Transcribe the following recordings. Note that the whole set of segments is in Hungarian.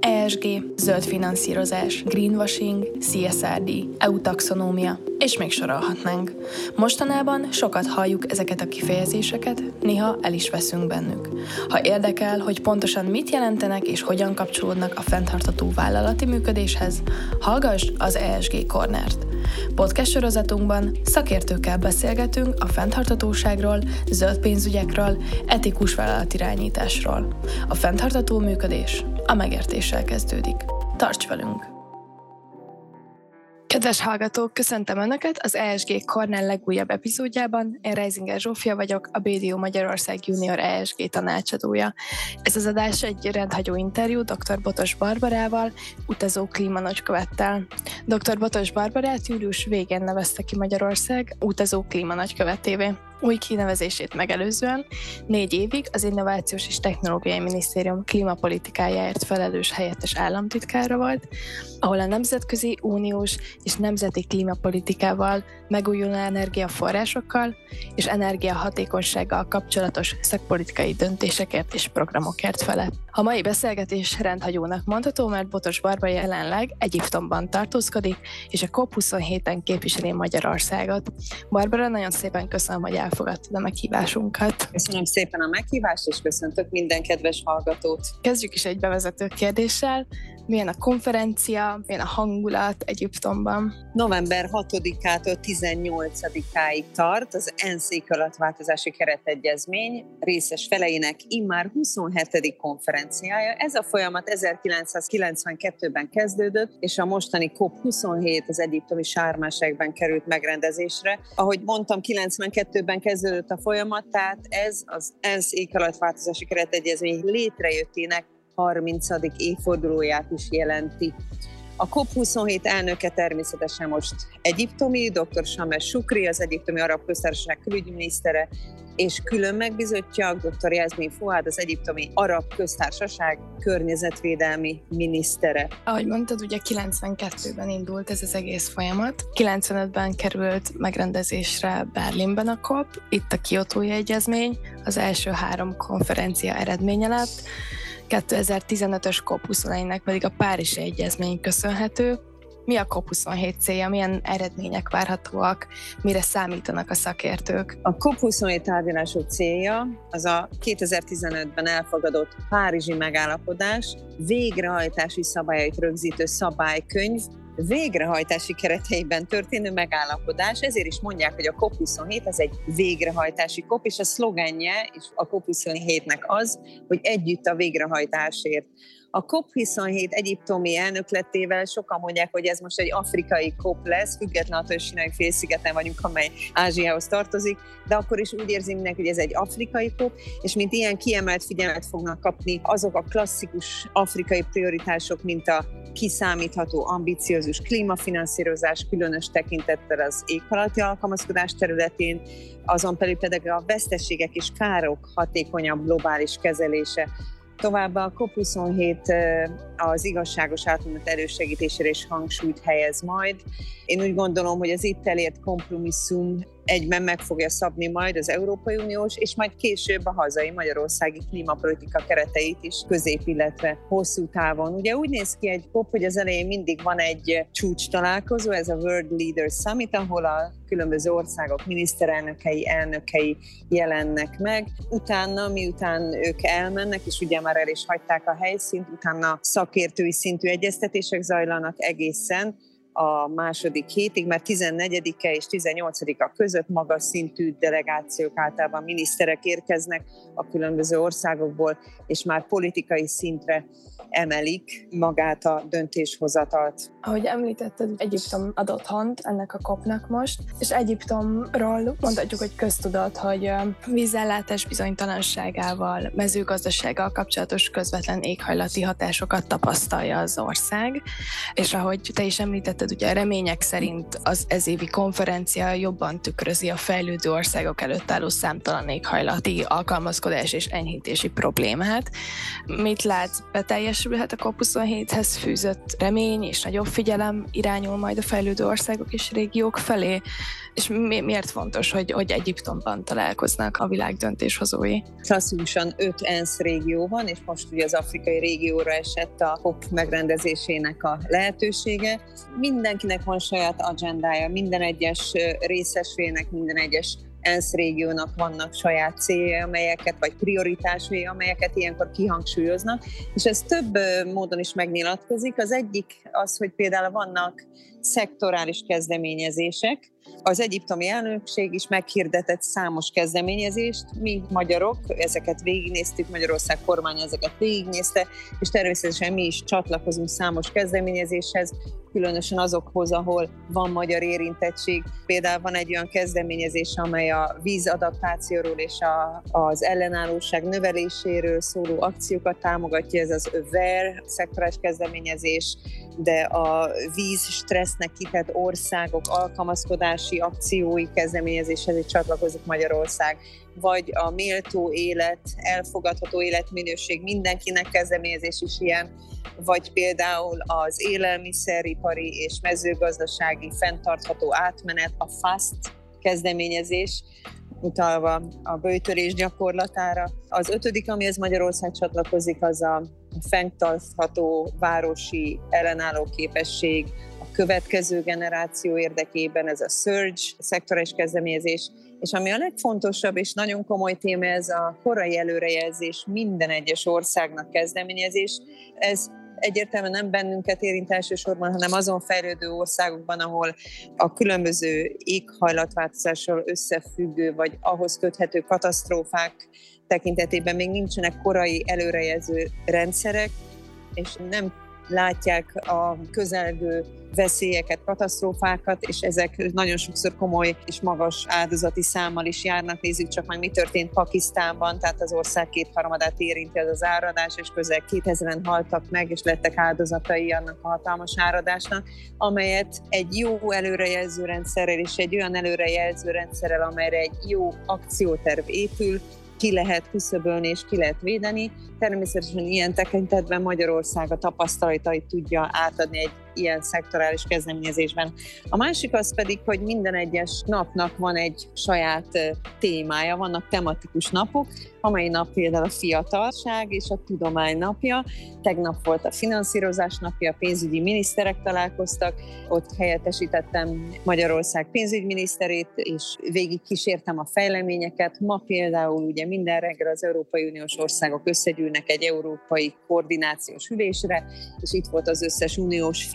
ESG, zöld finanszírozás, greenwashing, CSRD, EU taxonómia, és még sorolhatnánk. Mostanában sokat halljuk ezeket a kifejezéseket, néha el is veszünk bennük. Ha érdekel, hogy pontosan mit jelentenek és hogyan kapcsolódnak a fenntartható vállalati működéshez, hallgass az ESG Cornert. Podcast sorozatunkban szakértőkkel beszélgetünk a fenntarthatóságról, zöld pénzügyekről, etikus vállalatirányításról. A fenntartható működés a megértéssel kezdődik. Tarts velünk! Kedves hallgatók, köszöntöm Önöket az ESG Corner legújabb epizódjában. Én Reisinger Zsófia vagyok, a BDO Magyarország Junior ESG tanácsadója. Ez az adás egy rendhagyó interjú dr. Botos Barbarával, utazó klímanagykövettel. Dr. Botos Barbarát július végén nevezte ki Magyarország utazó klímanagykövetévé. Új kinevezését megelőzően 4 évig az Innovációs és Technológiai Minisztérium klímapolitikájáért felelős helyettes államtitkára volt, ahol a nemzetközi, uniós és nemzeti klímapolitikával, megújuló energiaforrásokkal és energiahatékonysággal kapcsolatos szakpolitikai döntésekért és programokért felett. A mai beszélgetés rendhagyónak mondható, mert Botos Barbara jelenleg Egyiptomban tartózkodik, és a COP27-en képviseli Magyarországot. Barbara, nagyon szépen köszönöm, hogy elfogadtad a meghívásunkat. Köszönöm szépen a meghívást, és köszöntök minden kedves hallgatót. Kezdjük is egy bevezető kérdéssel. Milyen a konferencia, milyen a hangulat Egyiptomban? November 6-ától 18-áig tart az ENSZ éghajlatváltozási keretegyezmény részes feleinek immár 27. konferenciája. Ez a folyamat 1992-ben kezdődött, és a mostani COP27 az egyiptomi Sharm el-Sheikh-ben került megrendezésre. Ahogy mondtam, 92-ben kezdődött a folyamat, tehát ez az ENSZ éghajlatváltozási keretegyezmény létrejöttének 30. évfordulóját is jelenti. A COP27 elnöke természetesen most egyiptomi, dr. Sameh Shoukry, az Egyiptomi Arab Köztársaság külügyminisztere, és külön megbízottja dr. Yasmin Fouad, az Egyiptomi Arab Köztársaság környezetvédelmi minisztere. Ahogy mondtad, ugye 92-ben indult ez az egész folyamat. 95-ben került megrendezésre Berlinben a COP, itt a Kiotói Egyezmény, az első 3 konferencia eredménye lett. 2015-ös COP21-nek pedig a Párizsi Egyezmény köszönhető. Mi a COP27 célja, milyen eredmények várhatóak, mire számítanak a szakértők? A COP27 tárgyalások célja az a 2015-ben elfogadott Párizsi megállapodás végrehajtási szabályait rögzítő szabálykönyv, végrehajtási kereteiben történő megállapodás, ezért is mondják, hogy a COP27 az egy végrehajtási COP, és a szlogenje is a COP27-nek az, hogy együtt a végrehajtásért. A COP27 egyiptomi elnökletével sokan mondják, hogy ez most egy afrikai COP lesz, független attól, hogy Sinai-félszigeten vagyunk, amely Ázsiához tartozik, de akkor is úgy érzi mindenki, hogy ez egy afrikai COP, és mint ilyen kiemelt figyelmet fognak kapni azok a klasszikus afrikai prioritások, mint a kiszámítható, ambiciózus klímafinanszírozás, különös tekintettel az éghajlati alkalmazkodás területén, azon belül pedig a veszteségek és károk hatékonyabb globális kezelése. Továbbá a COP27 az igazságos átmenet elősegítésére is hangsúlyt helyez majd. Én úgy gondolom, hogy az itt elért kompromisszum egyben meg fogja szabni majd az Európai Uniós, és majd később a hazai magyarországi klímapolitika kereteit is közép, illetve hosszú távon. Ugye úgy néz ki egy COP, hogy az elején mindig van egy csúcs találkozó, ez a World Leaders Summit, ahol a különböző országok miniszterelnökei, elnökei jelennek meg. Utána, miután ők elmennek, és ugye már el is hagyták a helyszínt, utána szakértői szintű egyeztetések zajlanak egészen a második hétig, mert 14-e és 18-a között magas szintű delegációk, általában miniszterek érkeznek a különböző országokból, és már politikai szintre emelik magát a döntéshozatalt. Ahogy említetted, Egyiptom ad otthont ennek a COP-nak most, és Egyiptomról mondhatjuk, hogy köztudott, hogy vízellátás bizonytalanságával, mezőgazdasággal kapcsolatos közvetlen éghajlati hatásokat tapasztalja az ország, és ahogy te is említetted, említetted, ugye a remények szerint az ezévi konferencia jobban tükrözi a fejlődő országok előtt álló számtalan éghajlati alkalmazkodás és enyhítési problémát. Mit látsz, beteljesülhet a COP27-hez fűzött remény és nagyobb figyelem irányul majd a fejlődő országok és régiók felé? És miért fontos, hogy Egyiptomban találkoznak a világ döntéshozói? Klasszikusan 5 ENSZ régió van, és most ugye az afrikai régióra esett a COP megrendezésének a lehetősége. Mindenkinek van saját agendája, minden egyes részesfélnek, minden egyes ENSZ régiónak vannak saját céljai, amelyeket, vagy prioritásai, amelyeket ilyenkor kihangsúlyoznak, és ez több módon is megnyilatkozik. Az egyik az, hogy például vannak szektorális kezdeményezések. Az egyiptomi elnökség is meghirdetett számos kezdeményezést, mi magyarok ezeket végignéztük, Magyarország kormánya ezeket végignézte, és természetesen mi is csatlakozunk számos kezdeményezéshez, különösen azokhoz, ahol van magyar érintettség. Például van egy olyan kezdeményezés, amely a vízadaptációról és az ellenállóság növeléséről szóló akciókat támogatja, ez az VER szektorális kezdeményezés, de a víz stressznek kitett országok alkalmazkodási akciói kezdeményezéshez is csatlakozik Magyarország, vagy a méltó élet, elfogadható életminőség mindenkinek kezdeményezés is ilyen, vagy például az élelmiszeripari és mezőgazdasági fenntartható átmenet, a FAST kezdeményezés, utalva a böjtölés gyakorlatára. Az 5., amihez Magyarország csatlakozik, az a fenntartható városi ellenálló képesség a következő generáció érdekében, ez a SURGE szektorális kezdeményezés, és ami a legfontosabb és nagyon komoly téma, ez a korai előrejelzés, minden egyes országnak kezdeményezés. Ez egyértelműen nem bennünket érint elsősorban, hanem azon fejlődő országokban, ahol a különböző éghajlatváltozással összefüggő, vagy ahhoz köthető katasztrófák tekintetében még nincsenek korai előrejelző rendszerek, és nem látják a közelgő veszélyeket, katasztrófákat, és ezek nagyon sokszor komoly és magas áldozati számmal is járnak. Nézzük csak meg, mi történt Pakisztánban, tehát az ország 2/3 érinti ez az áradás, és közel 2000-en haltak meg, és lettek áldozatai annak a hatalmas áradásnak, amelyet egy jó előrejelző rendszerrel és egy olyan előrejelző rendszerrel, amelyre egy jó akcióterv épül, ki lehet küszöbölni és ki lehet védeni. Természetesen ilyen tekintetben Magyarország a tapasztalatait tudja átadni egy ilyen szektorális kezdeményezésben. A másik az pedig, hogy minden egyes napnak van egy saját témája, vannak tematikus napok, amely nap például a fiatalság és a tudomány napja. Tegnap volt a finanszírozás napja, a pénzügyi miniszterek találkoztak, ott helyettesítettem Magyarország pénzügyminiszterét, és végig kísértem a fejleményeket. Ma például ugye minden reggel az Európai Uniós országok összegyűlnek egy európai koordinációs ülésre, és itt volt az összes uniós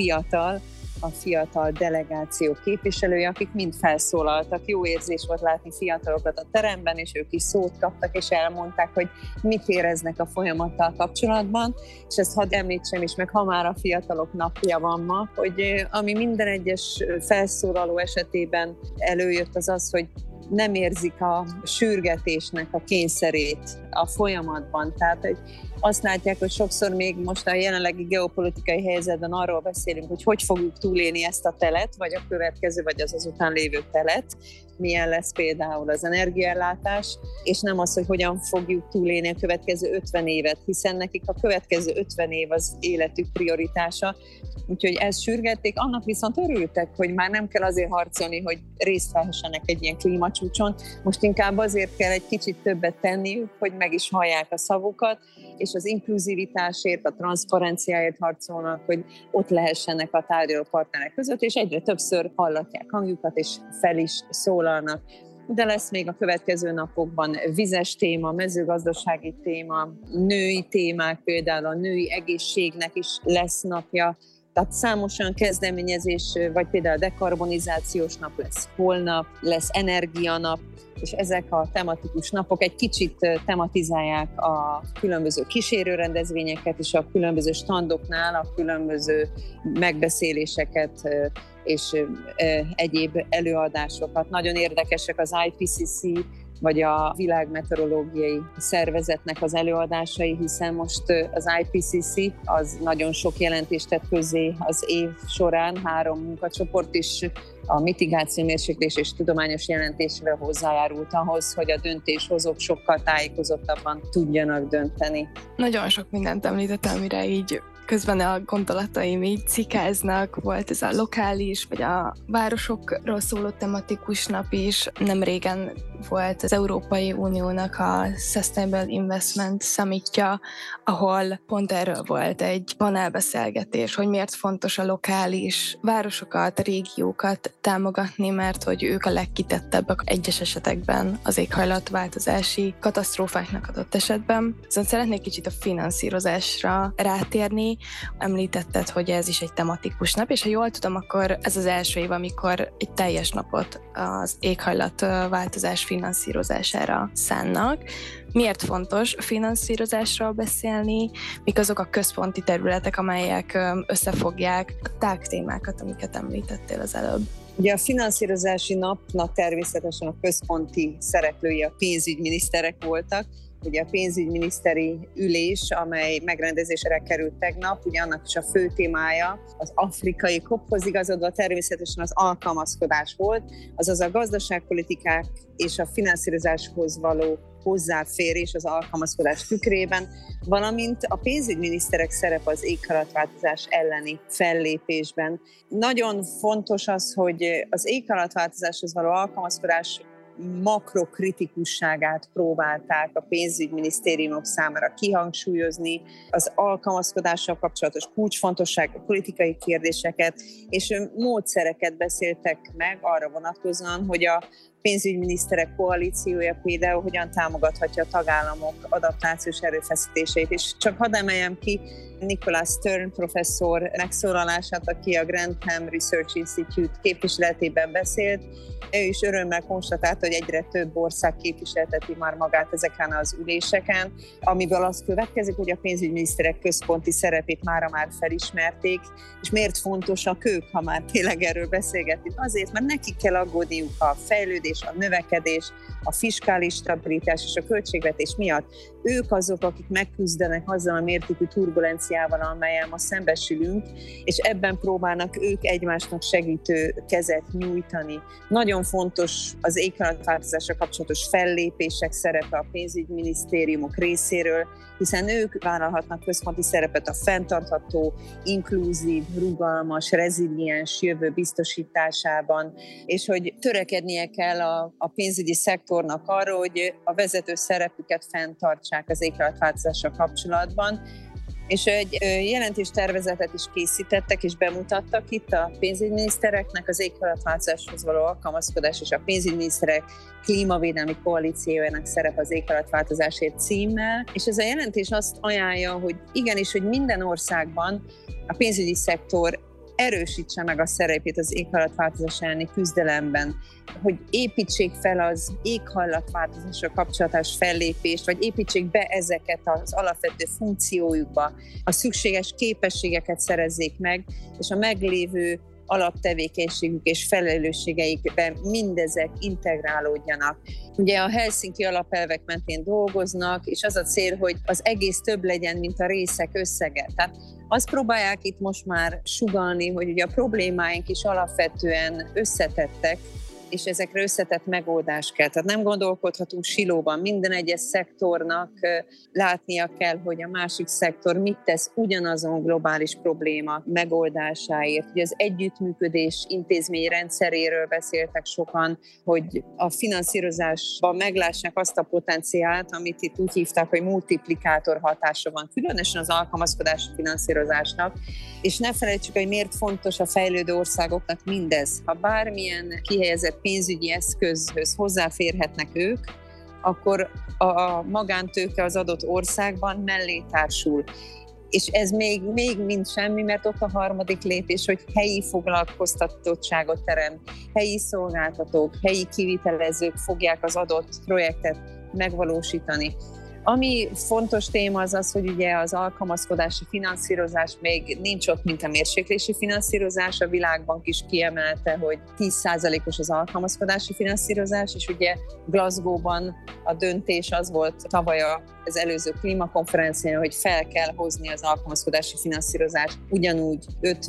a fiatal delegáció képviselője, akik mind felszólaltak. Jó érzés volt látni fiatalokat a teremben, és ők is szót kaptak, és elmondták, hogy mit éreznek a folyamattal kapcsolatban. És ezt hadd említsem is meg, ha már a fiatalok napja van ma, hogy ami minden egyes felszólaló esetében előjött, az az, hogy nem érzik a sürgetésnek a kényszerét a folyamatban. Tehát hogy azt látják, hogy sokszor még most a jelenlegi geopolitikai helyzetben arról beszélünk, hogy fogjuk túlélni ezt a telet, vagy a következő, vagy az azután lévő telet, milyen lesz például az energiaellátás, és nem az, hogy hogyan fogjuk túlélni a következő 50 évet, hiszen nekik a következő 50 év az életük prioritása, úgyhogy ezt sürgették, annak viszont örültek, hogy már nem kell azért harcolni, hogy részt vehessenek egy ilyen klímacsúcson, most inkább azért kell egy kicsit többet tenniük, hogy meg is hallják a szavukat, és az inkluzivitásért, a transzparenciáért harcolnak, hogy ott lehessenek a tárgyaló partnerek között, és egyre többször hallatják hangjukat, és fel is szólalnak. De lesz még a következő napokban vizes téma, mezőgazdasági téma, női témák, például a női egészségnek is lesz napja. Tehát számos olyan kezdeményezés, vagy például a dekarbonizációs nap lesz holnap, lesz energianap, és ezek a tematikus napok egy kicsit tematizálják a különböző kísérőrendezvényeket, és a különböző standoknál a különböző megbeszéléseket és egyéb előadásokat. Nagyon érdekesek az IPCC vagy a Világmeteorológiai Szervezetnek az előadásai, hiszen most az IPCC az nagyon sok jelentést tett közzé az év során, 3 munkacsoport is a mitigáció, mérséklés és tudományos jelentésével hozzájárult ahhoz, hogy a döntéshozók sokkal tájékozottabban tudjanak dönteni. Nagyon sok mindent említettem, amire így közben a gondolataim így cikáznak. Volt ez a lokális, vagy a városokról szóló tematikus nap is. Nem régen volt az Európai Uniónak a Sustainable Investment Summitja, ahol pont erről volt egy panelbeszélgetés, hogy miért fontos a lokális városokat, régiókat támogatni, mert hogy ők a legkitettebbek egyes esetekben az éghajlatváltozási katasztrófáknak adott esetben. Viszont szeretnék kicsit a finanszírozásra rátérni. Említetted, hogy ez is egy tematikus nap, és ha jól tudom, akkor ez az első év, amikor egy teljes napot az éghajlatváltozás finanszírozására szánnak. Miért fontos finanszírozásról beszélni, mik azok a központi területek, amelyek összefogják a tágtémákat, amiket említettél az előbb? Ugye a finanszírozási napnak természetesen a központi szereplői a pénzügyminiszterek voltak. Ugye a pénzügyminiszteri ülés, amely megrendezésre került tegnap, ugye annak is a fő témája az afrikai COP-hoz igazodva természetesen az alkalmazkodás volt, azaz a gazdaságpolitikák és a finanszírozáshoz való hozzáférés az alkalmazkodás tükrében, valamint a pénzügyminiszterek szerepe az éghajlatváltozás elleni fellépésben. Nagyon fontos az, hogy az éghajlatváltozáshoz való alkalmazkodás makrokritikusságát próbálták a pénzügyminisztériumok számára kihangsúlyozni, az alkalmazkodással kapcsolatos kulcsfontosságú politikai kérdéseket és módszereket beszéltek meg arra vonatkozóan, hogy a pénzügyminiszterek koalíciója például hogyan támogathatja a tagállamok adaptációs erőfeszítéseit. És csak hadd emeljem ki Nicholas Stern professzor megszólalását, aki a Grantham Research Institute képviseletében beszélt. Ő is örömmel konstatálta, hogy egyre több ország képviselteti már magát ezeken az üléseken, amiből az következik, hogy a pénzügyminiszterek központi szerepét már felismerték, és miért fontosak ők, ha már tényleg erről beszélgetünk? Azért, mert nekik kell aggódniuk a fejlődés, a növekedés, a fiskális stabilitás és a költségvetés miatt. Ők azok, akik megküzdenek azzal a mértékű turbulenciával, amellyel ma szembesülünk, és ebben próbálnak ők egymásnak segítő kezet nyújtani. Nagyon fontos az éghajlatváltozásra kapcsolatos fellépések szerepe a pénzügyminisztériumok részéről, hiszen ők vállalhatnak központi szerepet a fenntartható, inkluzív, rugalmas, reziliens jövő biztosításában, és hogy törekednie kell a pénzügyi szektornak arra, hogy a vezető szerepüket fenntartsák az éghajlatváltozással kapcsolatban, és egy jelentéstervezetet is készítettek és bemutattak itt a pénzügyminisztereknek az éghajlatváltozáshoz való alkalmazkodás és a pénzügyminiszterek klímavédelmi koalíciójának szerep az éghajlatváltozásért címmel, és ez a jelentés azt ajánlja, hogy igenis, hogy minden országban a pénzügyi szektor erősítse meg a szerepét az éghajlatváltozás elleni küzdelemben, hogy építsék fel az éghajlatváltozással kapcsolatos fellépést, vagy építsék be ezeket az alapvető funkciójukba, a szükséges képességeket szerezzék meg, és a meglévő alaptevékenységük és felelősségeikben mindezek integrálódjanak. Ugye a Helsinki alapelvek mentén dolgoznak, és az a cél, hogy az egész több legyen, mint a részek összege. Tehát azt próbálják itt most már sugallni, hogy ugye a problémáink is alapvetően összetettek, és ezekre összetett megoldás kell. Tehát nem gondolkodhatunk silóban, minden egyes szektornak látnia kell, hogy a másik szektor mit tesz ugyanazon globális probléma megoldásáért. Ugye az együttműködés intézményrendszeréről beszéltek sokan, hogy a finanszírozásban meglássák azt a potenciált, amit itt úgy hívták, hogy multiplikátor hatása van, különösen az alkalmazkodási finanszírozásnak, és ne felejtsük, hogy miért fontos a fejlődő országoknak mindez. Ha bármilyen kihelyezett pénzügyi eszközhöz hozzáférhetnek ők, akkor a magántőke az adott országban mellé társul. És ez még mind semmi, mert ott a harmadik lépés, hogy helyi foglalkoztatottságot teremt, helyi szolgáltatók, helyi kivitelezők fogják az adott projektet megvalósítani. Ami fontos téma az, hogy ugye az alkalmazkodási finanszírozás még nincs ott, mint a mérséklési finanszírozás. A Világbank is kiemelte, hogy 10%-os az alkalmazkodási finanszírozás, és ugye Glasgow-ban a döntés az volt tavaly az előző klímakonferencián, hogy fel kell hozni az alkalmazkodási finanszírozást ugyanúgy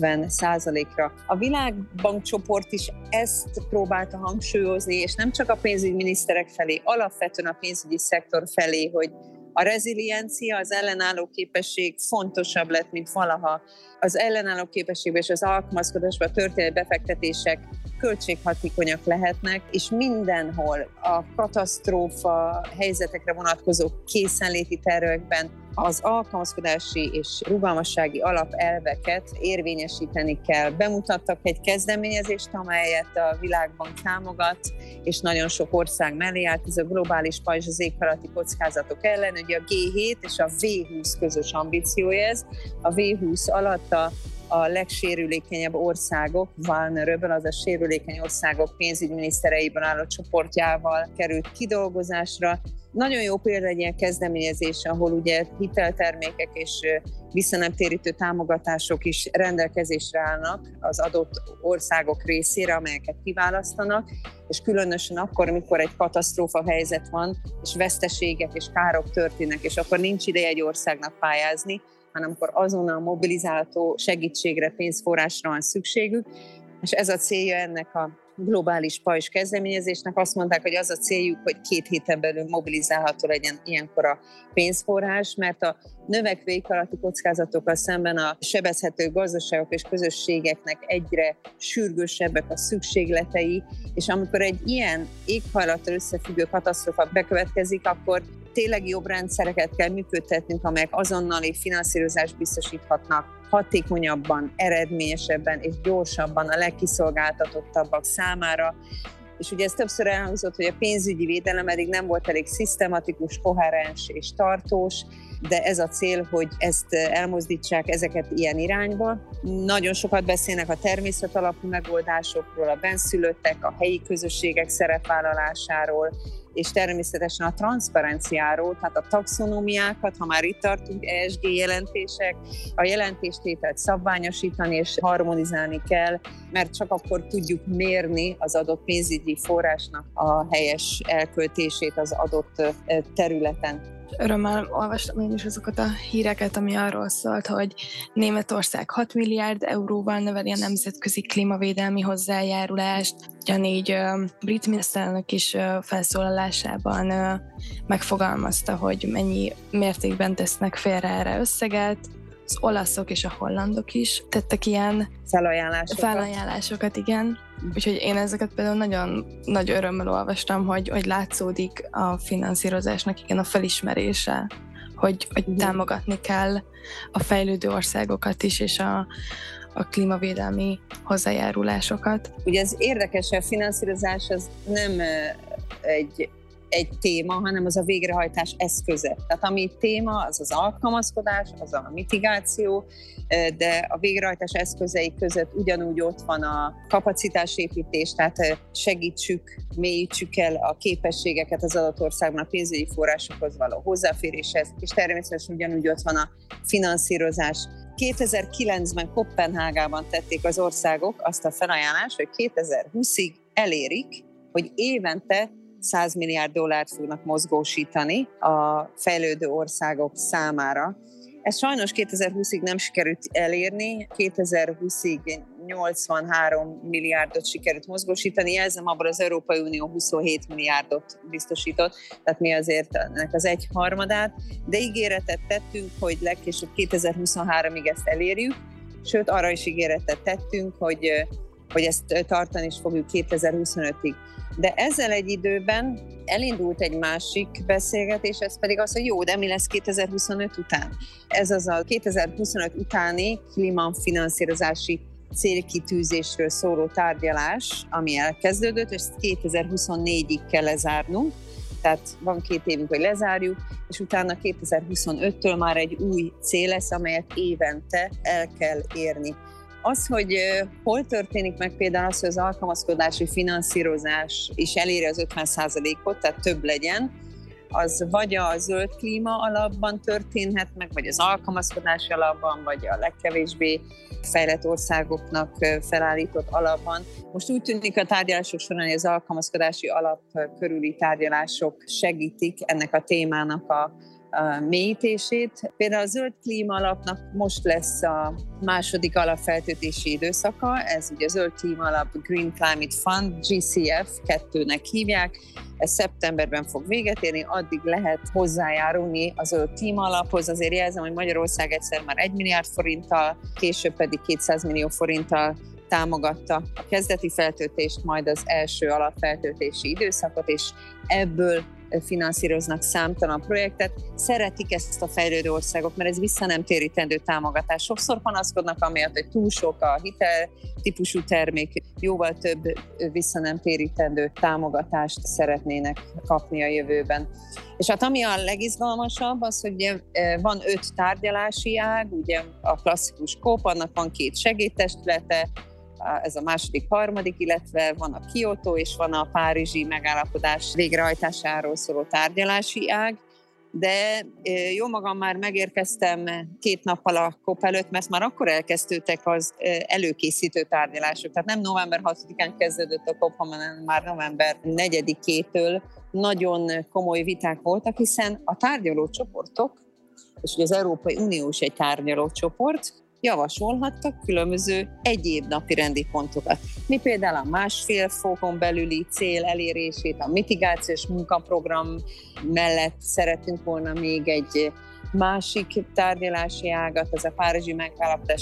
50%-ra. A Világbank csoport is ezt próbálta hangsúlyozni, és nem csak a pénzügyminiszterek felé, alapvetően a pénzügyi szektor felé, hogy a reziliencia, az ellenálló képesség fontosabb lett, mint valaha. Az ellenálló képességben és az alkalmazkodásban történő befektetések költséghatékonyak lehetnek, és mindenhol a katasztrófa helyzetekre vonatkozó készenléti tervekben az alkalmazkodási és rugalmassági alapelveket érvényesíteni kell. Bemutattak egy kezdeményezést, amelyet a Világbank támogat, és nagyon sok ország mellé állt, ez a globális pajzs az éghajlati kockázatok ellen. Ugye a G7 és a V20 közös ambíciója ez. A V20 alatt a legsérülékenyebb országok, vulnerable, azaz sérülékeny országok pénzügyminisztereiből álló csoportjával került kidolgozásra. Nagyon jó példa egy ilyen kezdeményezés, ahol ugye hiteltermékek és visszanemtérítő támogatások is rendelkezésre állnak az adott országok részére, amelyeket kiválasztanak, és különösen akkor, amikor egy katasztrófa helyzet van, és veszteségek és károk történnek, és akkor nincs ideje egy országnak pályázni, hanem akkor azonnal mobilizálható segítségre, pénzforrásra van szükségük, és ez a célja ennek a globális pajzs kezdeményezésnek. Azt mondták, hogy az a céljuk, hogy 2 héten belül mobilizálható legyen ilyenkor a pénzforrás, mert a növekvő éghajlati kockázatokkal szemben a sebezhető gazdaságok és közösségeknek egyre sürgősebbek a szükségletei, és amikor egy ilyen éghajlattal összefüggő katasztrófa bekövetkezik, akkor tényleg jobb rendszereket kell működtetnünk, amelyek azonnali finanszírozást biztosíthatnak hatékonyabban, eredményesebben és gyorsabban a legkiszolgáltatottabbak számára. És ugye ez többször elhangzott, hogy a pénzügyi védelem eddig nem volt elég szisztematikus, koherens és tartós, de ez a cél, hogy ezt elmozdítsák ezeket ilyen irányba. Nagyon sokat beszélnek a természetalapú megoldásokról, a bennszülöttek, a helyi közösségek szerepvállalásáról, és természetesen a transzparenciáról, tehát a taxonómiákat, ha már itt tartunk, ESG jelentések, a jelentéstételt szabványosítani és harmonizálni kell, mert csak akkor tudjuk mérni az adott pénzügyi forrásnak a helyes elköltését az adott területen. Örömmel olvastam én is azokat a híreket, ami arról szólt, hogy Németország 6 milliárd euróval növeli a nemzetközi klímavédelmi hozzájárulást. Ugyanígy brit miniszterelnök is felszólalásában megfogalmazta, hogy mennyi mértékben tesznek félre erre összeget. Az olaszok és a hollandok is tettek ilyen felajánlásokat, igen. Úgyhogy én ezeket például nagyon nagy örömmel olvastam, hogy látszódik a finanszírozásnak igen a felismerése, hogy támogatni kell a fejlődő országokat is, és a klímavédelmi hozzájárulásokat. Ugye ez érdekes, a finanszírozás az nem egy téma, hanem az a végrehajtás eszköze. Tehát ami téma, az az alkalmazkodás, az a mitigáció, de a végrehajtás eszközei között ugyanúgy ott van a kapacitásépítés, tehát segítsük, mélyítsük el a képességeket az adott országban a pénzügyi forrásokhoz való hozzáféréshez, és természetesen ugyanúgy ott van a finanszírozás. 2009-ben Koppenhágában tették az országok azt a felajánlást, hogy 2020-ig elérik, hogy évente 100 milliárd dollárt fognak mozgósítani a fejlődő országok számára. Ez sajnos 2020-ig nem sikerült elérni, 2020-ig 83 milliárdot sikerült mozgósítani, jelzem, abból az Európai Unió 27 milliárdot biztosított, tehát mi azért ennek az 1/3, de ígéretet tettünk, hogy legkésőbb 2023-ig ezt elérjük, sőt arra is ígéretet tettünk, hogy ezt tartani is fogjuk 2025-ig. De ezzel egy időben elindult egy másik beszélgetés, ez pedig az, hogy jó, de mi lesz 2025 után? Ez az a 2025 utáni klímafinanszírozási célkitűzésről szóló tárgyalás, ami elkezdődött, és 2024-ig kell lezárnunk, tehát van 2 évünk, hogy lezárjuk, és utána 2025-től már egy új cél lesz, amelyet évente el kell érni. Az, hogy hol történik meg például az, hogy az alkalmazkodási finanszírozás is eléri az 50%-ot, tehát több legyen, az vagy a zöld klíma alapban történhet meg, vagy az alkalmazkodási alapban, vagy a legkevésbé fejlett országoknak felállított alapban. Most úgy tűnik a tárgyalások során, hogy az alkalmazkodási alap körüli tárgyalások segítik ennek a témának a mélyítését. Például a zöld klíma alapnak most lesz a második alapfeltöltési időszaka, ez ugye a zöld klíma alap Green Climate Fund, GCF 2-nek hívják, ez szeptemberben fog véget érni, addig lehet hozzájárulni a zöld klíma alaphoz. Azért jelzem, hogy Magyarország egyszer már 1 milliárd forinttal, később pedig 200 millió forinttal támogatta a kezdeti feltöltést, majd az első alapfeltöltési időszakot, és ebből finanszíroznak számtalan projektet. Szeretik ezt a fejlődő országok, mert ez vissza nem térítendő támogatás. Sokszor panaszkodnak amiatt, hogy túl sok a hitel típusú termék, jóval több vissza nem térítendő támogatást szeretnének kapni a jövőben. És hát ami a legizgalmasabb az, hogy ugye van 5 tárgyalási ág, ugye a klasszikus COP, annak van 2 segédtestülete, ez a második, harmadik, illetve van a Kyoto és van a párizsi megállapodás végrehajtásáról szóló tárgyalási ág, de jó magam már megérkeztem 2 nappal a COP előtt, mert már akkor elkezdődtek az előkészítő tárgyalások, tehát nem november 6-án kezdődött a COP, hanem már november 4-től nagyon komoly viták voltak, hiszen a tárgyalócsoportok, és ugye az Európai Unió is egy tárgyalócsoport, javasolhattak különböző egyéb napirendi pontokat. Mi például a 1,5 fokon belüli cél elérését, a mitigációs munkaprogram mellett szeretünk volna még egy másik tárgyalási ágat, ez a párizsi megállapodás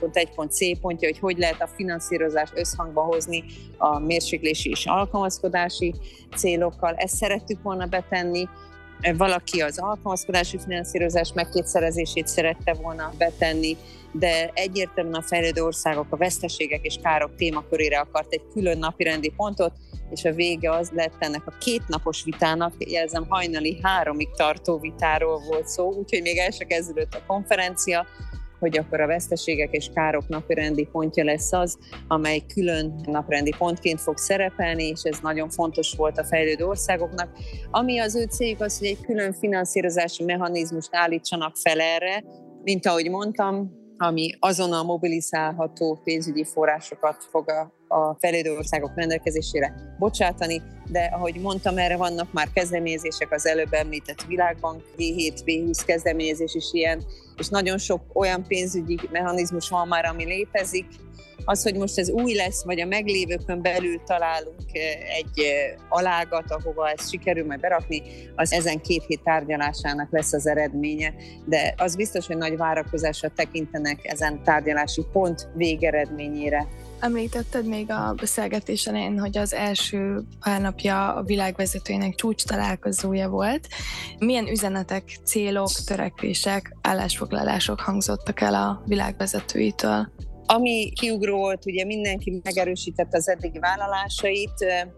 2.1.c pontja, hogy lehet a finanszírozást összhangba hozni a mérséklési és alkalmazkodási célokkal. Ezt szerettük volna betenni. Valaki az alkalmazkodási finanszírozás megkétszerezését szerette volna betenni, de egyértelműen a fejlődő országok a veszteségek és károk témakörére akart egy külön napirendi pontot, és a vége az lett ennek a 2 napos vitának, jelzem hajnali 3-ig tartó vitáról volt szó, úgyhogy még el se kezdődött a konferencia, hogy akkor a veszteségek és károk napirendi pontja lesz az, amely külön napirendi pontként fog szerepelni, és ez nagyon fontos volt a fejlődő országoknak. Ami az ő céljuk az, hogy egy külön finanszírozási mechanizmust állítsanak fel erre, mint ahogy mondtam, ami azonnal mobilizálható pénzügyi forrásokat fog a fejlődő országok rendelkezésére bocsátani, de ahogy mondtam, erre vannak már kezdeményezések, az előbb említett Világbank, G7, B20 kezdeményezés is ilyen, és nagyon sok olyan pénzügyi mechanizmus van már, ami létezik. Az, hogy most ez új lesz, vagy a meglévőkön belül találunk egy alágat, ahova ezt sikerül majd berakni, az ezen 2 hét tárgyalásának lesz az eredménye, de az biztos, hogy nagy várakozással tekintenek ezen tárgyalási pont végeredményére. Említetted még a beszélgetés elején, hogy az első pár napja a világvezetőinek csúcs találkozója volt. Milyen üzenetek, célok, törekvések, állásfoglalások hangzottak el a világvezetőitől? Ami kiugró volt, ugye mindenki megerősítette az eddigi vállalásait,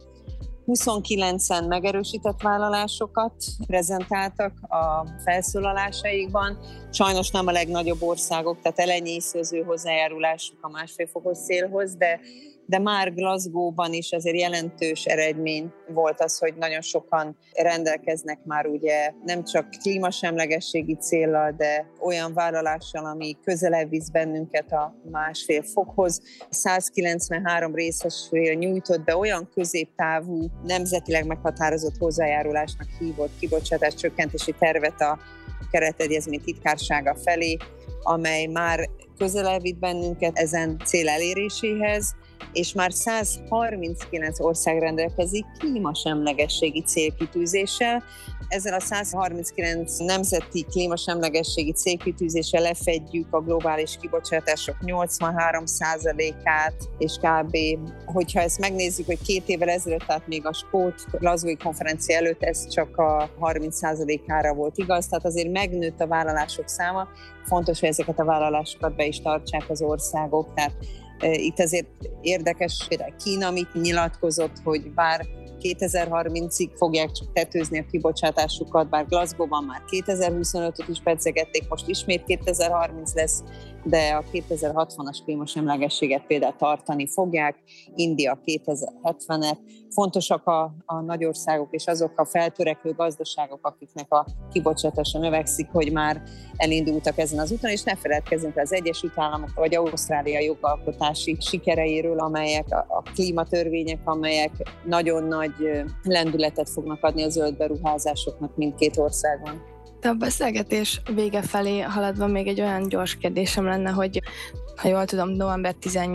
29-en megerősített vállalásokat prezentáltak a felszólalásaikban. Sajnos nem a legnagyobb országok, tehát elenyésző az ő hozzájárulásuk a 1,5 fokos célhoz, de már Glasgow-ban is azért jelentős eredmény volt az, hogy nagyon sokan rendelkeznek már ugye nem csak klímasemlegességi céllal, de olyan vállalással, ami közelebb visz bennünket a 1,5 fokhoz. 193 részesfél nyújtott be olyan középtávú, nemzetileg meghatározott hozzájárulásnak hívott kibocsátás csökkentési tervet a keretegyezmény titkársága felé, amely már közelebb vitt bennünket ezen cél eléréséhez, és már 139 ország rendelkezik klímasemlegességi célkitűzéssel. Ezzel a 139 nemzeti klímasemlegességi célkitűzéssel lefedjük a globális kibocsátások 83%-át, és kb. Hogyha ezt megnézzük, hogy 2 évvel ezelőtt, tehát még a skót Glasgow-i konferencia előtt ez csak a 30%-ára volt igaz, tehát azért megnőtt a vállalások száma. Fontos, hogy ezeket a vállalásokat be is tartsák az országok, tehát itt azért érdekes, például Kína mit nyilatkozott, hogy bár 2030-ig fogják csak tetőzni a kibocsátásukat, bár Glasgow-ban már 2025-öt is pedzegették, most ismét 2030 lesz, de a 2060-as klímasemlegességet például tartani fogják, India 2070-et. Fontosak a nagyországok és azok a feltörekvő gazdaságok, akiknek a kibocsátása növekszik, hogy már elindultak ezen az úton, és ne feledkezzünk az Egyesült Államok vagy Ausztrália jogalkotási sikereiről, amelyek a klímatörvények, amelyek nagyon nagy lendületet fognak adni a zöld beruházásoknak mindkét országban. De a beszélgetés vége felé haladva még egy olyan gyors kérdésem lenne, hogy ha jól tudom, november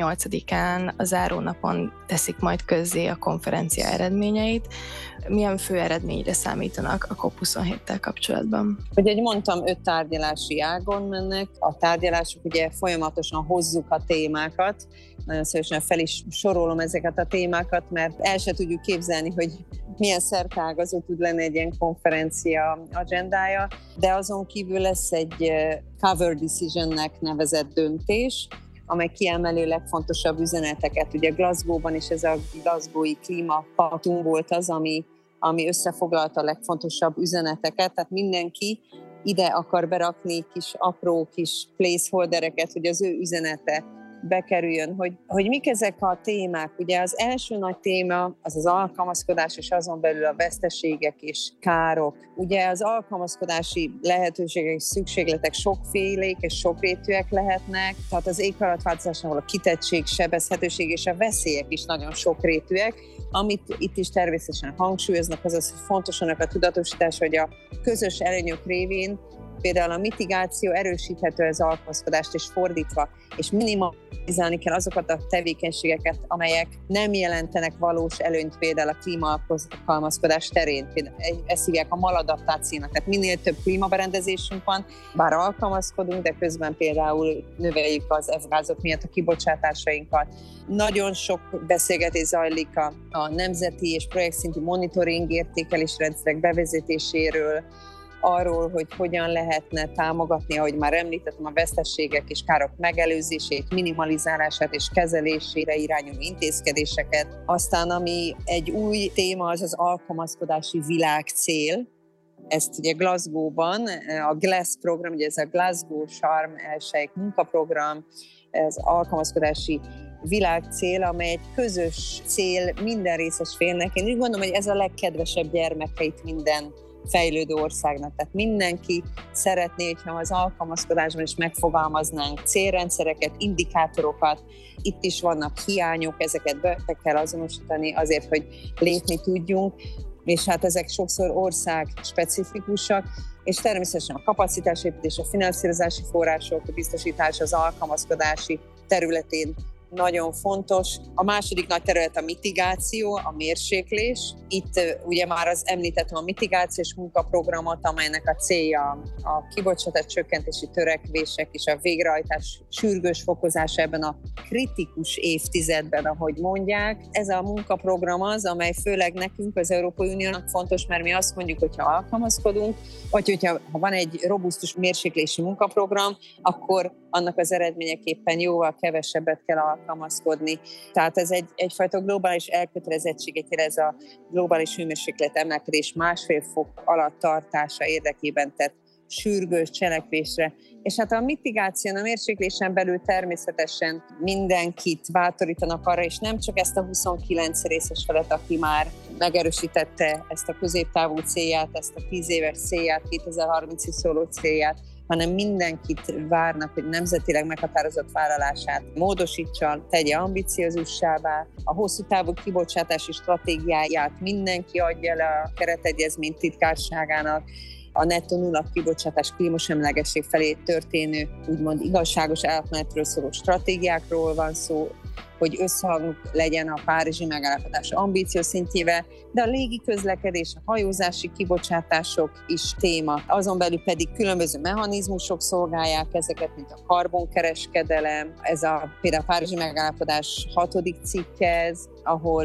18-án a zárónapon teszik majd közzé a konferencia eredményeit. Milyen fő eredményre számítanak a COP27-tel kapcsolatban? Ugye, mondtam, 5 tárgyalási ágon mennek. A tárgyalások ugye folyamatosan hozzuk a témákat. Nagyon szívesen fel is sorolom ezeket a témákat, mert el se tudjuk képzelni, hogy milyen szerteágazó tud lenni egy ilyen konferencia agendája, de azon kívül lesz egy cover decisionnek nevezett döntés, amely kiemeli legfontosabb üzeneteket. Ugye Glasgow-ban is ez a Glasgow-i klímapaktum volt az, ami összefoglalta a legfontosabb üzeneteket, tehát mindenki ide akar berakni apró kis placeholdereket, hogy az ő üzenete bekerüljön, hogy mik ezek a témák. Ugye az első nagy téma az az alkalmazkodás, és azon belül a veszteségek és károk. Ugye az alkalmazkodási lehetőségek és szükségletek sokfélék és sokrétűek lehetnek, tehát az éghajlatváltozásnál a kitettség, sebezhetőség és a veszélyek is nagyon sokrétűek. Amit itt is természetesen hangsúlyoznak, az, hogy fontos annak a tudatosítás, hogy a közös előnyök révén például a mitigáció erősíthető az alkalmazkodást, és fordítva, és minimalizálni kell azokat a tevékenységeket, amelyek nem jelentenek valós előnyt például a klímaalkalmazkodás terén. Például ezt hívják a maladaptációnak, tehát minél több klímaberendezésünk van, bár alkalmazkodunk, de közben például növeljük az F-gázok miatt a kibocsátásainkat. Nagyon sok beszélgetés zajlik a nemzeti és projektszintű monitoring értékelés rendszerek bevezetéséről, arról, hogy hogyan lehetne támogatni, ahogy már említettem, a veszteségek és károk megelőzését, minimalizálását és kezelésére irányuló intézkedéseket. Aztán, ami egy új téma, az az alkalmazkodási világcél. Ezt ugye Glasgow-ban, a GLASS program, ugye ez a Glasgow Sharm el-Sheikh munkaprogram, ez alkalmazkodási világcél, amely egy közös cél minden részes félnek. Én úgy gondolom, hogy ez a legkedvesebb gyermekeit minden fejlődő országnak. Tehát mindenki szeretné, hogyha az alkalmazkodásban is megfogalmaznánk célrendszereket, indikátorokat. Itt is vannak hiányok, ezeket be kell azonosítani azért, hogy lépni tudjunk, és hát ezek sokszor ország specifikusak, és természetesen a kapacitásépítés, a finanszírozási források biztosítása az alkalmazkodási területén nagyon fontos. A második nagy terület a mitigáció, a mérséklés. Itt ugye már említettem a mitigációs munkaprogramot, amelynek a célja a kibocsátás csökkentési törekvések és a végrehajtás sürgős fokozása ebben a kritikus évtizedben, ahogy mondják. Ez a munkaprogram az, amely főleg nekünk, az Európai Uniónak fontos, mert mi azt mondjuk, hogyha alkalmazkodunk, vagy hogyha van egy robusztus mérséklési munkaprogram, akkor annak az eredményeképpen jóval kevesebbet kell alkalmazkodni. Tehát ez egyfajta globális elkötelezettséget jelez a globális hőmérséklet emelkedés 1,5 fok alatt tartása érdekében tett sürgős cselekvésre. És hát a mitigáción, a mérséklésen belül természetesen mindenkit bátorítanak arra, és nem csak ezt a 29 részes felet, aki már megerősítette ezt a középtávú célját, ezt a 10 éves célját, 2030-ig szóló célját, hanem mindenkit várnak, hogy nemzetileg meghatározott vállalását módosítsa, tegye ambiciózussá, a hosszú távú kibocsátási stratégiáját mindenki adja le a keretegyezmény titkárságának, a nettó nulla kibocsátás klímasemlegesség felé történő úgymond igazságos átmenetről szóló stratégiákról van szó, hogy összhang legyen a párizsi megállapodás ambíció szintjével, de a légi közlekedés, a hajózási kibocsátások is téma. Azon belül pedig különböző mechanizmusok szolgálják ezeket, mint a karbonkereskedelem, ez például a párizsi megállapodás 6. cikke, ahol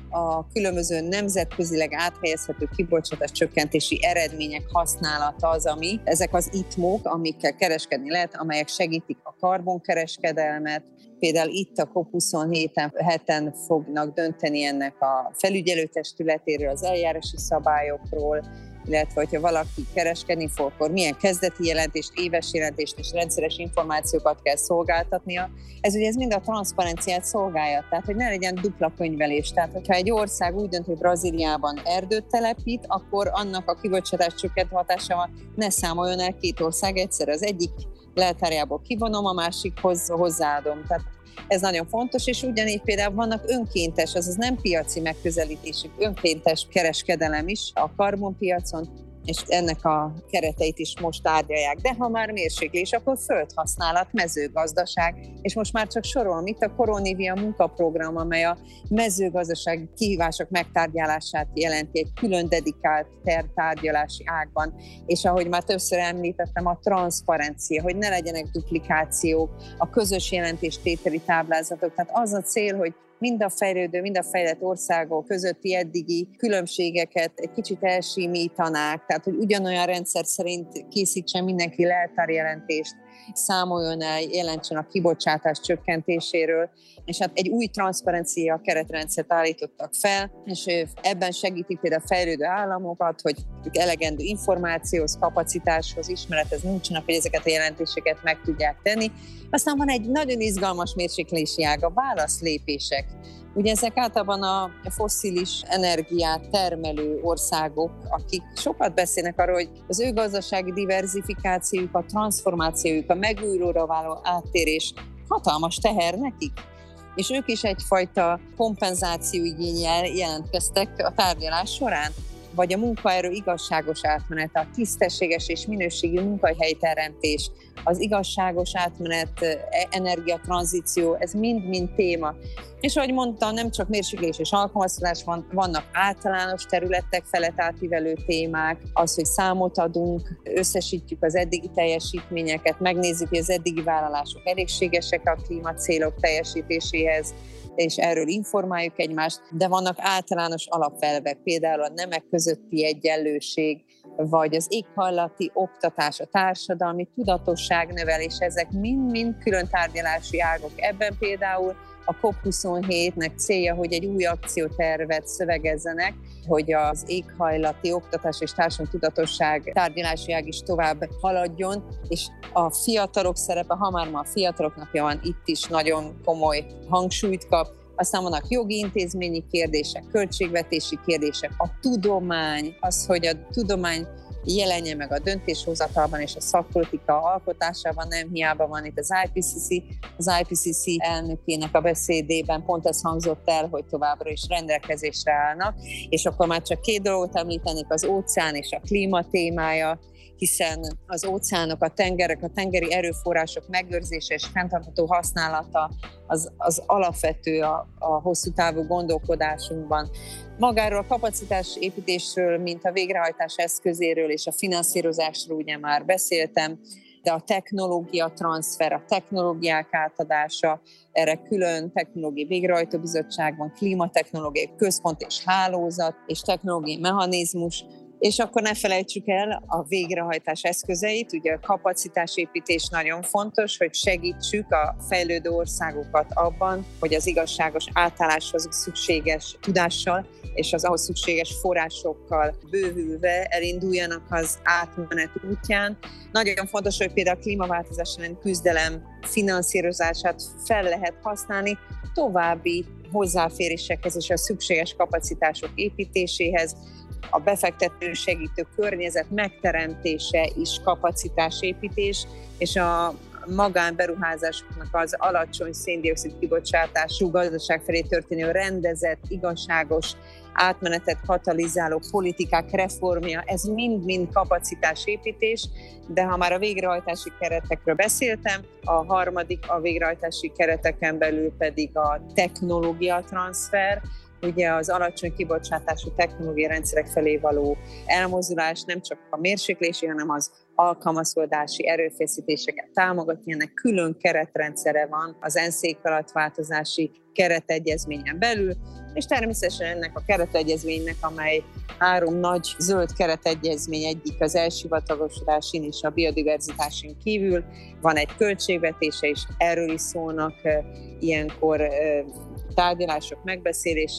a különböző nemzetközileg áthelyezhető kibocsátás csökkentési eredmények használata az, ami ezek az ITMO-k, amikkel kereskedni lehet, amelyek segítik a karbonkereskedelmet. Például itt a COP27-en fognak dönteni ennek a felügyelőtestületéről, az eljárási szabályokról, illetve hogyha valaki kereskedni fog, akkor milyen kezdeti jelentést, éves jelentést és rendszeres információkat kell szolgáltatnia. Ez mind a transzparenciát szolgálja, tehát hogy ne legyen dupla könyvelés. Tehát, hogyha egy ország úgy dönt, hogy Brazíliában erdőt telepít, akkor annak a kibocsátás csökkentő hatásával ne számoljon el két ország egyszerre. Az egyik leltárjából kivonom, a másikhoz hozzáadom. Tehát ez nagyon fontos, és ugyanígy például vannak önkéntes, azaz nem piaci megközelítésük, önkéntes kereskedelem is a karbonpiacon, és ennek a kereteit is most tárgyalják. De ha már mérséklés, akkor földhasználat, mezőgazdaság, és most már csak sorolom itt a Coronivia munkaprogram, amely a mezőgazdasági kihívások megtárgyalását jelenti egy külön dedikált tárgyalási ágban, és ahogy már többször említettem, a transzparencia, hogy ne legyenek duplikációk, a közös jelentéstételi táblázatok, tehát az a cél, hogy mind a fejlődő, mind a fejlett országok közötti eddigi különbségeket egy kicsit elsimítanák, tehát hogy ugyanolyan rendszer szerint készítsen mindenki leltárjelentést, számoljon el, jelentsen a kibocsátás csökkentéséről, és hát egy új transzparencia keretrendszert állítottak fel, és ebben segítik például a fejlődő államokat, hogy elegendő információhoz, kapacitáshoz, ismerethez nincsenek, hogy ezeket a jelentéseket meg tudják tenni. Aztán van egy nagyon izgalmas mérséklési ág, a válaszlépések. Ugye ezek általában a fosszilis energiát termelő országok, akik sokat beszélnek arról, hogy az ő gazdasági diverzifikációjuk, a transformációjuk, a megújulóra való áttérés hatalmas teher nekik. És ők is egyfajta kompenzációigénnyel jelentkeztek a tárgyalás során, vagy a munkaerő igazságos átmenet, a tisztességes és minőségi munkahelyteremtés, az igazságos átmenet, energiatranzíció, ez mind-mind téma. És ahogy mondtam, nem csak mérséklés és alkalmazkodás vannak általános területek felett átívelő témák, az, hogy számot adunk, összesítjük az eddigi teljesítményeket, megnézzük, hogy az eddigi vállalások elégségesek a klímacélok teljesítéséhez, és erről informáljuk egymást, de vannak általános alapelvek, például a nemek közötti egyenlőség, vagy az éghajlati oktatás, a társadalmi tudatosságnövelés, ezek mind-mind külön tárgyalási ágok. Ebben például a COP27-nek célja, hogy egy új akciótervet szövegezzenek, hogy az éghajlati oktatás és társadalmi tudatosság tárgyalási ág is tovább haladjon, és a fiatalok szerepe, ha már ma a fiatalok napja van, itt is nagyon komoly hangsúlyt kap. Aztán vannak jogi intézményi kérdések, költségvetési kérdések, a tudomány, az, hogy a tudomány jelenje meg a döntéshozatalban és a szakpolitika alkotásában, nem hiába van itt az IPCC elnökének a beszédében pont ez hangzott el, hogy továbbra is rendelkezésre állnak, és akkor már csak két dolgot említenék, az óceán és a klíma témája, hiszen az óceánok, a tengerek, a tengeri erőforrások megőrzése és fenntartható használata az alapvető a hosszú távú gondolkodásunkban. Magáról a kapacitásépítésről, mint a végrehajtás eszközéről és a finanszírozásról ugye már beszéltem, de a technológia transfer, a technológiák átadása, erre külön technológiai végrehajtó bizottság van, klímatechnológiai központ és hálózat és technológiai mechanizmus, és akkor ne felejtsük el a végrehajtás eszközeit, ugye a kapacitásépítés nagyon fontos, hogy segítsük a fejlődő országokat abban, hogy az igazságos átálláshoz szükséges tudással és az ahhoz szükséges forrásokkal bővülve elinduljanak az átmenet útján. Nagyon fontos, hogy például a klímaváltozás elleni küzdelem finanszírozását fel lehet használni további hozzáférésekhez és a szükséges kapacitások építéséhez. A befektető segítő környezet megteremtése is kapacitásépítés, és a magánberuházásoknak az alacsony szén-dioxid kibocsátású gazdaság felé történő rendezett, igazságos átmenetet katalizáló politikák reformja, ez mind-mind kapacitásépítés, de ha már a végrehajtási keretekről beszéltem, a harmadik a végrehajtási kereteken belül pedig a technológia transfer, ugye az alacsony kibocsátású technológiai rendszerek felé való elmozdulás nem csak a mérséklési, hanem az alkalmazkodási erőfeszítéseket támogatni, ennek külön keretrendszere van az ENSZ éghajlatváltozási keretegyezményen belül, és természetesen ennek a keretegyezménynek, amely 3 nagy zöld keretegyezmény, egyik az elsivatagosodásin és a biodiverzitásin kívül, van egy költségvetése, és erről is szólnak ilyenkor tárgyalások, megbeszélések,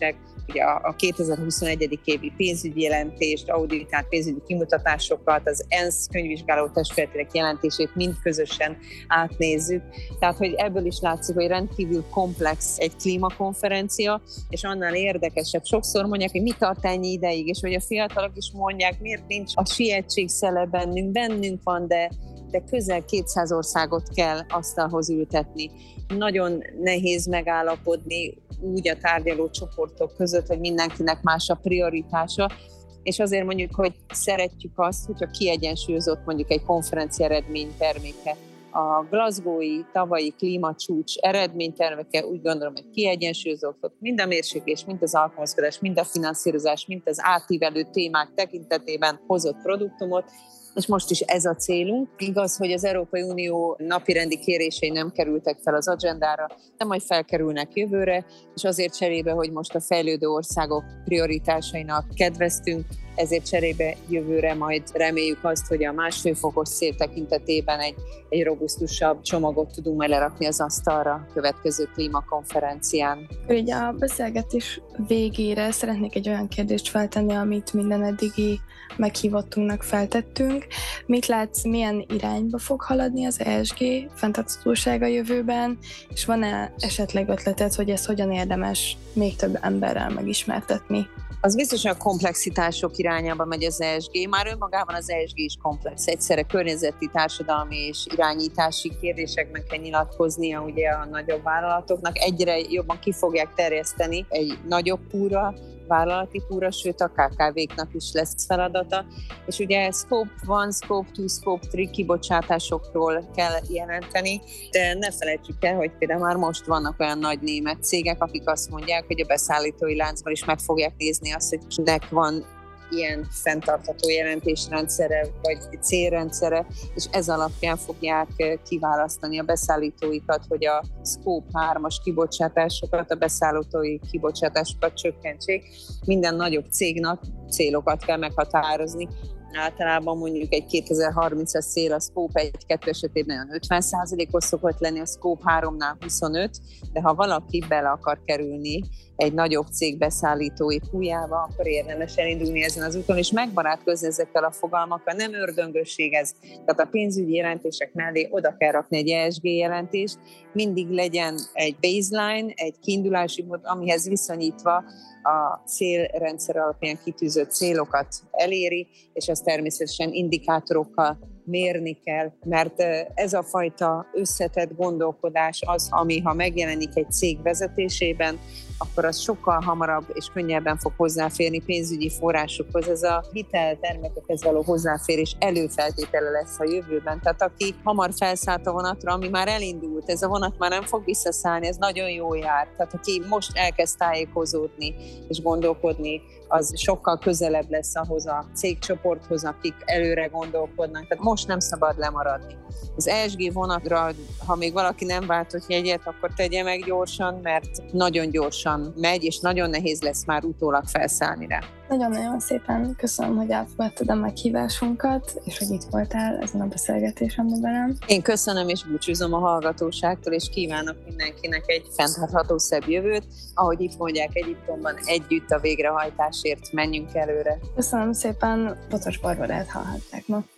ugye a 2021. évi pénzügyi jelentést, auditált pénzügyi kimutatásokat, az ENSZ könyvvizsgáló testületének jelentését mind közösen átnézzük. Tehát, hogy ebből is látszik, hogy rendkívül komplex egy klímakonferencia, és annál érdekesebb. Sokszor mondják, hogy mi tart ennyi ideig, és hogy a fiatalok is mondják, miért nincs a sietség szele bennünk van, de közel 200 országot kell asztalhoz ültetni. Nagyon nehéz megállapodni úgy a tárgyaló csoportok között, hogy mindenkinek más a prioritása, és azért mondjuk, hogy szeretjük azt, hogyha kiegyensúlyozott mondjuk egy konferencia eredményterméke. A Glasgow-i tavalyi klímacsúcs eredményterméke úgy gondolom, hogy kiegyensúlyozott, mind a mérséklés, mind az alkalmazkodás, mind a finanszírozás, mind az átívelő témák tekintetében hozott produktumot, és most is ez a célunk. Igaz, hogy az Európai Unió napirendi kérései nem kerültek fel az agendára, de majd felkerülnek jövőre, és azért cserébe, hogy most a fejlődő országok prioritásainak kedveztünk, ezért cserébe jövőre majd reméljük azt, hogy a 1,5 fokos cél tekintetében egy robusztusabb csomagot tudunk majd lerakni az asztalra a következő klímakonferencián. Ugye a beszélgetés végére szeretnék egy olyan kérdést feltenni, amit minden eddigi meghívottunknak feltettünk. Mit látsz, milyen irányba fog haladni az ESG fenntarthatóság a jövőben, és van-e esetleg ötleted, hogy ezt hogyan érdemes még több emberrel megismertetni? Az biztos, hogy a komplexitások irányába megy az ESG. Már önmagában az ESG is komplex. Egyszerre környezeti, társadalmi és irányítási kérdésekben kell nyilatkoznia ugye a nagyobb vállalatoknak. Egyre jobban ki fogják terjeszteni egy nagyobb púra, vállalati púra, sőt a KKV-knak is lesz feladata. És ugye Scope 1, Scope 2, Scope 3 kibocsátásokról kell jelenteni, de ne felejtsük el, hogy például már most vannak olyan nagy német cégek, akik azt mondják, hogy a beszállítói láncban is meg fogják nézni azt, hogy kinek van ilyen fenntartható jelentésrendszere, vagy célrendszere, és ez alapján fogják kiválasztani a beszállítóikat, hogy a Scope 3-as kibocsátásokat, a beszállítói kibocsátásokat csökkentsék. Minden nagyobb cégnek célokat kell meghatározni. Általában mondjuk egy 2030-as cél a Scope 1-2 esetében olyan 50%-os szokott lenni, a Scope 3-nál 25%, de ha valaki bele akar kerülni egy nagyobb cég beszállítói púljába, akkor érdemes elindulni ezen az úton, és megbarátkozni ezekkel a fogalmakkal. Nem ördöngösség ez. Tehát a pénzügyi jelentések mellé oda kell rakni egy ESG jelentést, mindig legyen egy baseline, egy kiindulási mód, amihez viszonyítva a célrendszer alapján kitűzött célokat eléri, és ezt természetesen indikátorokkal mérni kell, mert ez a fajta összetett gondolkodás az, ami ha megjelenik egy cég vezetésében, akkor az sokkal hamarabb és könnyebben fog hozzáférni pénzügyi forrásokhoz. Ez a hiteltermékekhez való hozzáférés előfeltétele lesz a jövőben. Tehát aki hamar felszállt a vonatra, ami már elindult, ez a vonat már nem fog visszaszállni, ez nagyon jól jár. Tehát aki most elkezd tájékozódni és gondolkodni, az sokkal közelebb lesz ahhoz a cégcsoporthoz, akik előre gondolkodnak. Tehát most nem szabad lemaradni. Az ESG vonatra, ha még valaki nem váltott jegyet, akkor tegye meg gyorsan, mert nagyon gyorsan megy, és nagyon nehéz lesz már utólag felszállni rá. Nagyon-nagyon szépen köszönöm, hogy elfogadtad a meghívásunkat, és hogy itt voltál ezen a beszélgetésemben velem. Én köszönöm, és búcsúzom a hallgatóságtól, és kívánok mindenkinek egy fenntartható szebb jövőt. Ahogy itt mondják Egyiptomban, együtt a végrehajtásért menjünk előre. Köszönöm szépen, Botos Barbarát hallhatták ma.